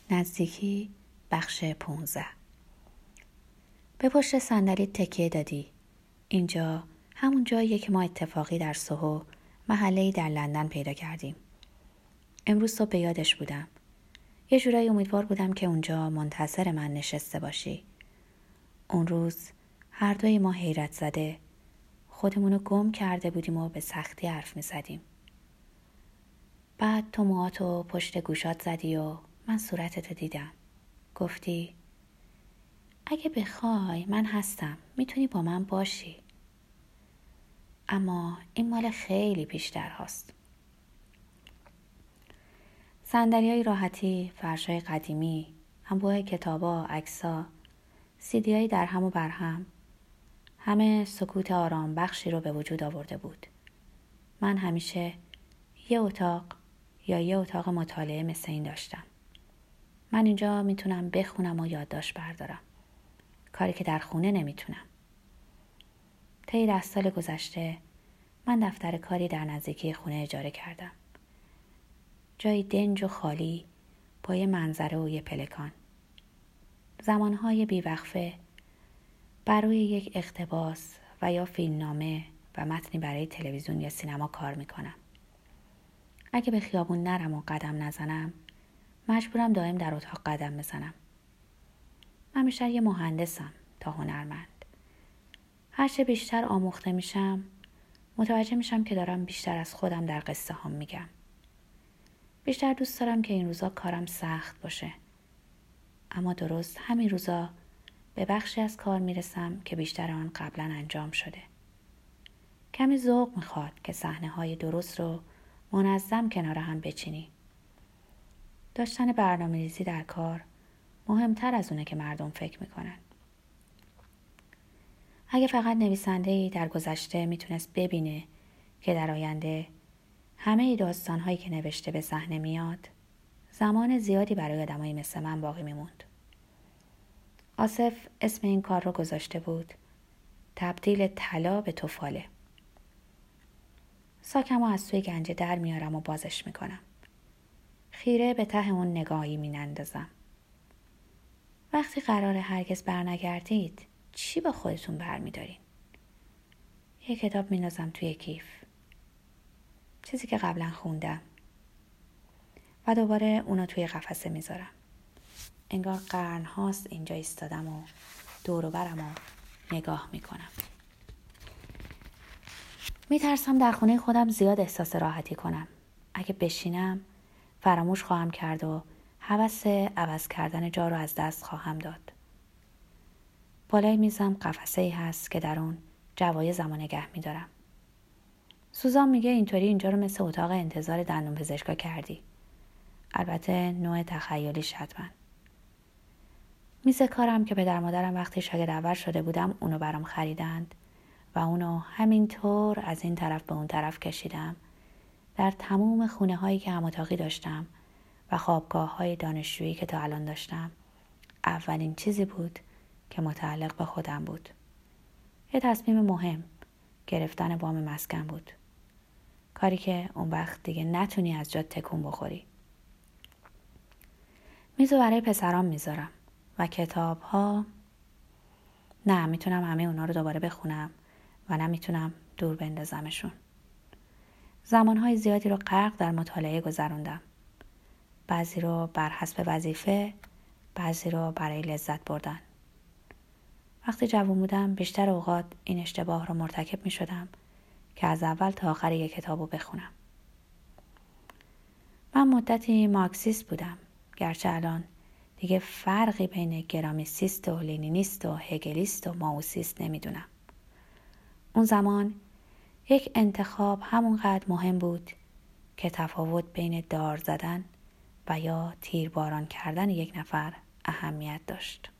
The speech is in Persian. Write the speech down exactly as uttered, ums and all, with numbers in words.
نزدیکی بخش پونزده. به پشت صندلی تکیه دادی. اینجا همون جاییه که ما اتفاقی در سوهو محله‌ای در لندن پیدا کردیم. امروز صبح به یادش بودم. یه جورایی امیدوار بودم که اونجا منتظر من نشسته باشی. اون روز هر دوی ما حیرت زده خودمونو گم کرده بودیم و به سختی حرف می زدیم. بعد تو موهاتو پشت گوشات زدی و من صورتتو دیدم. گفتی اگه بخوای من هستم، میتونی با من باشی. اما این مال خیلی پیشتر هاست. صندلیای راحتی، فرشای قدیمی، انبوه کتابا، عکسا، سیدیای در هم و بر هم، همه سکوت آرام بخشی رو به وجود آورده بود. من همیشه یه اتاق یا یه اتاق مطالعه مثل این داشتم. من اینجا میتونم بخونم و یادداشت بردارم، کاری که در خونه نمیتونم. طی ده سال گذشته من دفتر کاری در نزدیکی خونه اجاره کردم. جایی دنج و خالی با یه منظره و یه پلکان. زمانهای بیوقفه بر روی یک اقتباس و یا فیلمنامه و متنی برای تلویزیون یا سینما کار میکنم. اگه به خیابون نرم و قدم نزنم مجبورم دائم در اتاق قدم بزنم. من بیشتر یه مهندسم تا هنرمند. هرچه بیشتر آموخته میشم متوجه میشم که دارم بیشتر از خودم در قصه هم میگم. بیشتر دوست دارم که این روزا کارم سخت باشه. اما درست همین روزا به بخشی از کار میرسم که بیشتر آن قبلا انجام شده. کمی ذوق میخواد که صحنه‌های درست رو منظم کنار هم بچینی. داشتن برنامه‌ریزی در کار مهمتر از اونه که مردم فکر میکنن. اگه فقط نویسنده‌ای در گذشته میتونست ببینه که در آینده همه داستان‌هایی که نوشته به صحنه میاد، زمان زیادی برای آدمایی مثل من باقی میموند. آصف اسم این کار رو گذاشته بود تبدیل طلا به تفاله. ساکم رو از توی گنجه در میارم و بازش میکنم. خیره به ته اون نگاهی مینندازم. وقتی قراره هرگز برنگردید چی با خودتون برمیدارین؟ یه کتاب میندازم توی کیف، چیزی که قبلا خوندم، و دوباره اونا توی قفسه میذارم. انگار قرن هاست اینجا ایستادم و دور و برم و نگاه میکنم. میترسم در خونه خودم زیاد احساس راحتی کنم. اگه بشینم فراموش خواهم کرد و هوس عوض کردن جا رو از دست خواهم داد. بالای میزم قفسه‌ای هست که در اون جوایزمو نگه میدارم. سوزان میگه اینطوری اینجا رو مثل اتاق انتظار دندون پزشکا کردی. البته نوع تخیلیش حتما. میز کارم که پدر مادرم وقتی شاگرد اول شده بودم اونو برام خریدند و اونو همینطور از این طرف به اون طرف کشیدم. در تمام خونه هایی که هم اتاقی داشتم و خوابگاه های دانشجویی که تا الان داشتم، اولین چیزی بود که متعلق به خودم بود. یه تصمیم مهم، گرفتن وام مسکن بود. کاری که اون وقت دیگه نتونی از جات تکون بخوری. میزو برای پسرام میذارم و کتاب ها نه میتونم همه اونا رو دوباره بخونم و نه میتونم دور بندازمشون. زمانهای زیادی رو غرق در مطالعه گذروندم. بعضی رو بر حسب وظیفه، بعضی رو برای لذت بردن. وقتی جوان بودم بیشتر اوقات این اشتباه رو مرتکب می شدم که از اول تا آخر یک کتاب رو بخونم. من مدتی مارکسیست بودم، گرچه الان دیگه فرقی بین گرامسیست و لنینیست و هگلیست و مائوسیست نمیدونم. اون زمان یک انتخاب همونقدر مهم بود که تفاوت بین دار زدن و یا تیرباران کردن یک نفر اهمیت داشت.